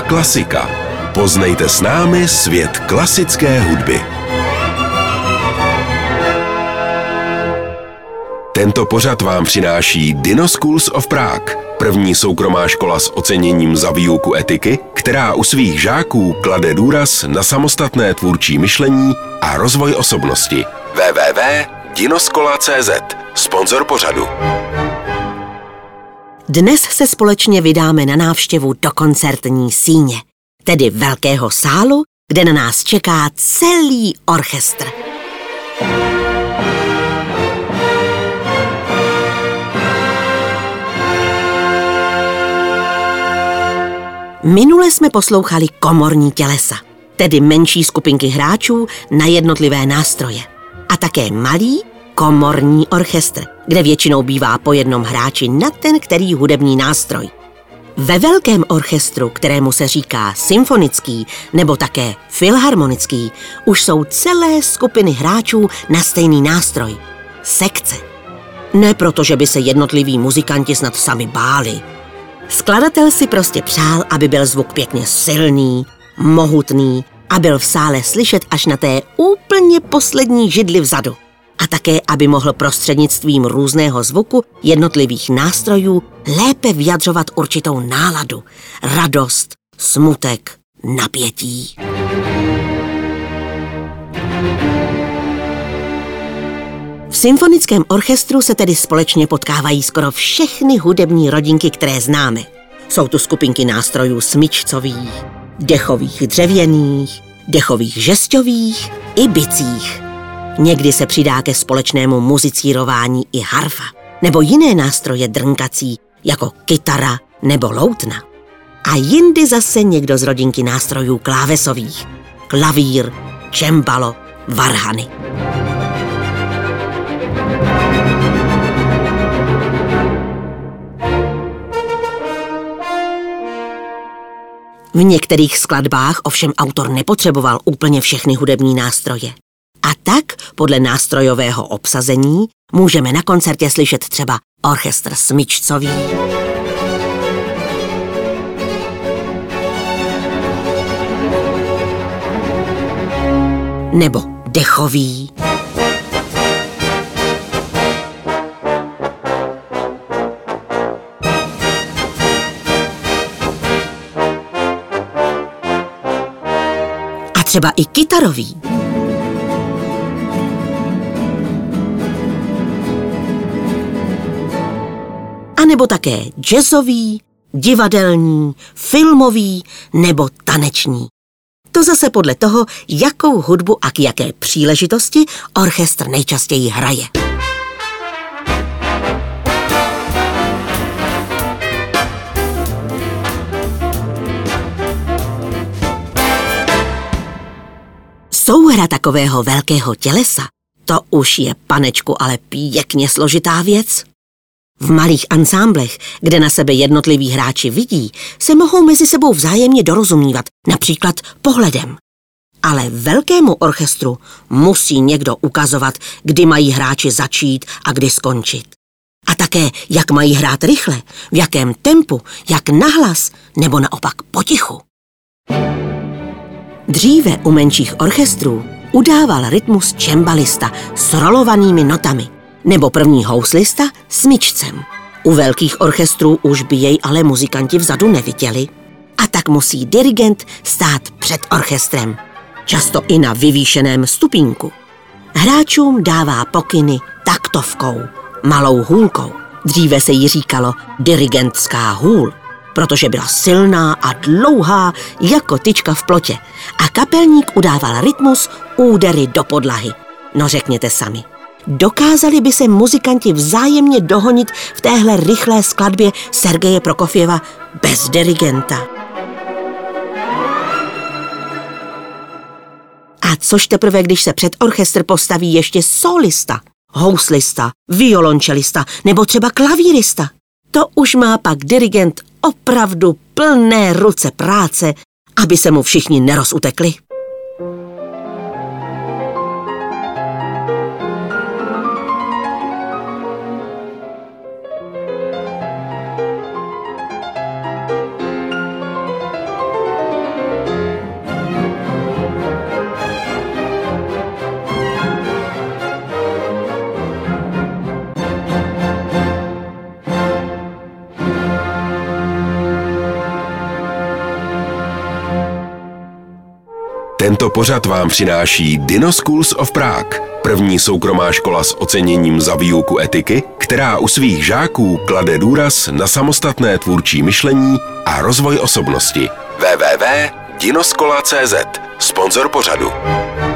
Klasika. Poznejte s námi svět klasické hudby. Tento pořad vám přináší Dino Schools of Prague, první soukromá škola s oceněním za výuku etiky, která u svých žáků klade důraz na samostatné tvůrčí myšlení a rozvoj osobnosti. www.dinoskola.cz, sponzor pořadu. Dnes se společně vydáme na návštěvu do koncertní síně, tedy velkého sálu, kde na nás čeká celý orchestr. Minule jsme poslouchali komorní tělesa, tedy menší skupinky hráčů na jednotlivé nástroje. A také malý komorní orchestr, kde většinou bývá po jednom hráči na ten který hudební nástroj. Ve velkém orchestru, kterému se říká symfonický nebo také filharmonický, už jsou celé skupiny hráčů na stejný nástroj. Sekce. Ne proto, že by se jednotliví muzikanti snad sami báli. Skladatel si prostě přál, aby byl zvuk pěkně silný, mohutný a byl v sále slyšet až na té úplně poslední židli vzadu. A také, aby mohl prostřednictvím různého zvuku jednotlivých nástrojů lépe vyjadřovat určitou náladu, radost, smutek, napětí. V symfonickém orchestru se tedy společně potkávají skoro všechny hudební rodinky, které známe. Jsou tu skupinky nástrojů smyčcových, dechových dřevěných, dechových žesťových i bicích. Někdy se přidá ke společnému muzicírování i harfa, nebo jiné nástroje drnkací, jako kytara nebo loutna. A jindy zase někdo z rodinky nástrojů klávesových, klavír, čembalo, varhany. V některých skladbách ovšem autor nepotřeboval úplně všechny hudební nástroje. A tak, podle nástrojového obsazení, můžeme na koncertě slyšet třeba orchestr smyčcový, nebo dechový, a třeba i kytarový. A nebo také jazzový, divadelní, filmový nebo taneční. To zase podle toho, jakou hudbu a k jaké příležitosti orchestr nejčastěji hraje. Souhra takového velkého tělesa, to už je, panečku, ale pěkně složitá věc. V malých ansámblech, kde na sebe jednotliví hráči vidí, se mohou mezi sebou vzájemně dorozumívat, například pohledem. Ale velkému orchestru musí někdo ukazovat, kdy mají hráči začít a kdy skončit. A také, jak mají hrát rychle, v jakém tempu, jak nahlas nebo naopak potichu. Dříve u menších orchestrů udával rytmus čembalista s rolovanými notami, nebo první houslista smyčcem. U velkých orchestrů už by jej ale muzikanti vzadu neviděli. A tak musí dirigent stát před orchestrem, často i na vyvýšeném stupínku. Hráčům dává pokyny taktovkou, malou hůlkou. Dříve se jí říkalo dirigentská hůl, protože byla silná a dlouhá jako tyčka v plotě. A kapelník udával rytmus údery do podlahy. No řekněte sami. Dokázali by se muzikanti vzájemně dohonit v téhle rychlé skladbě Sergeje Prokofjeva bez dirigenta? A což teprve, když se před orchestr postaví ještě solista, houslista, violončelista nebo třeba klavírista? To už má pak dirigent opravdu plné ruce práce, aby se mu všichni nerozutekli. Tento pořad vám přináší Dino Schools of Prague, první soukromá škola s oceněním za výuku etiky, která u svých žáků klade důraz na samostatné tvůrčí myšlení a rozvoj osobnosti. www.dinoskola.cz, sponzor pořadu.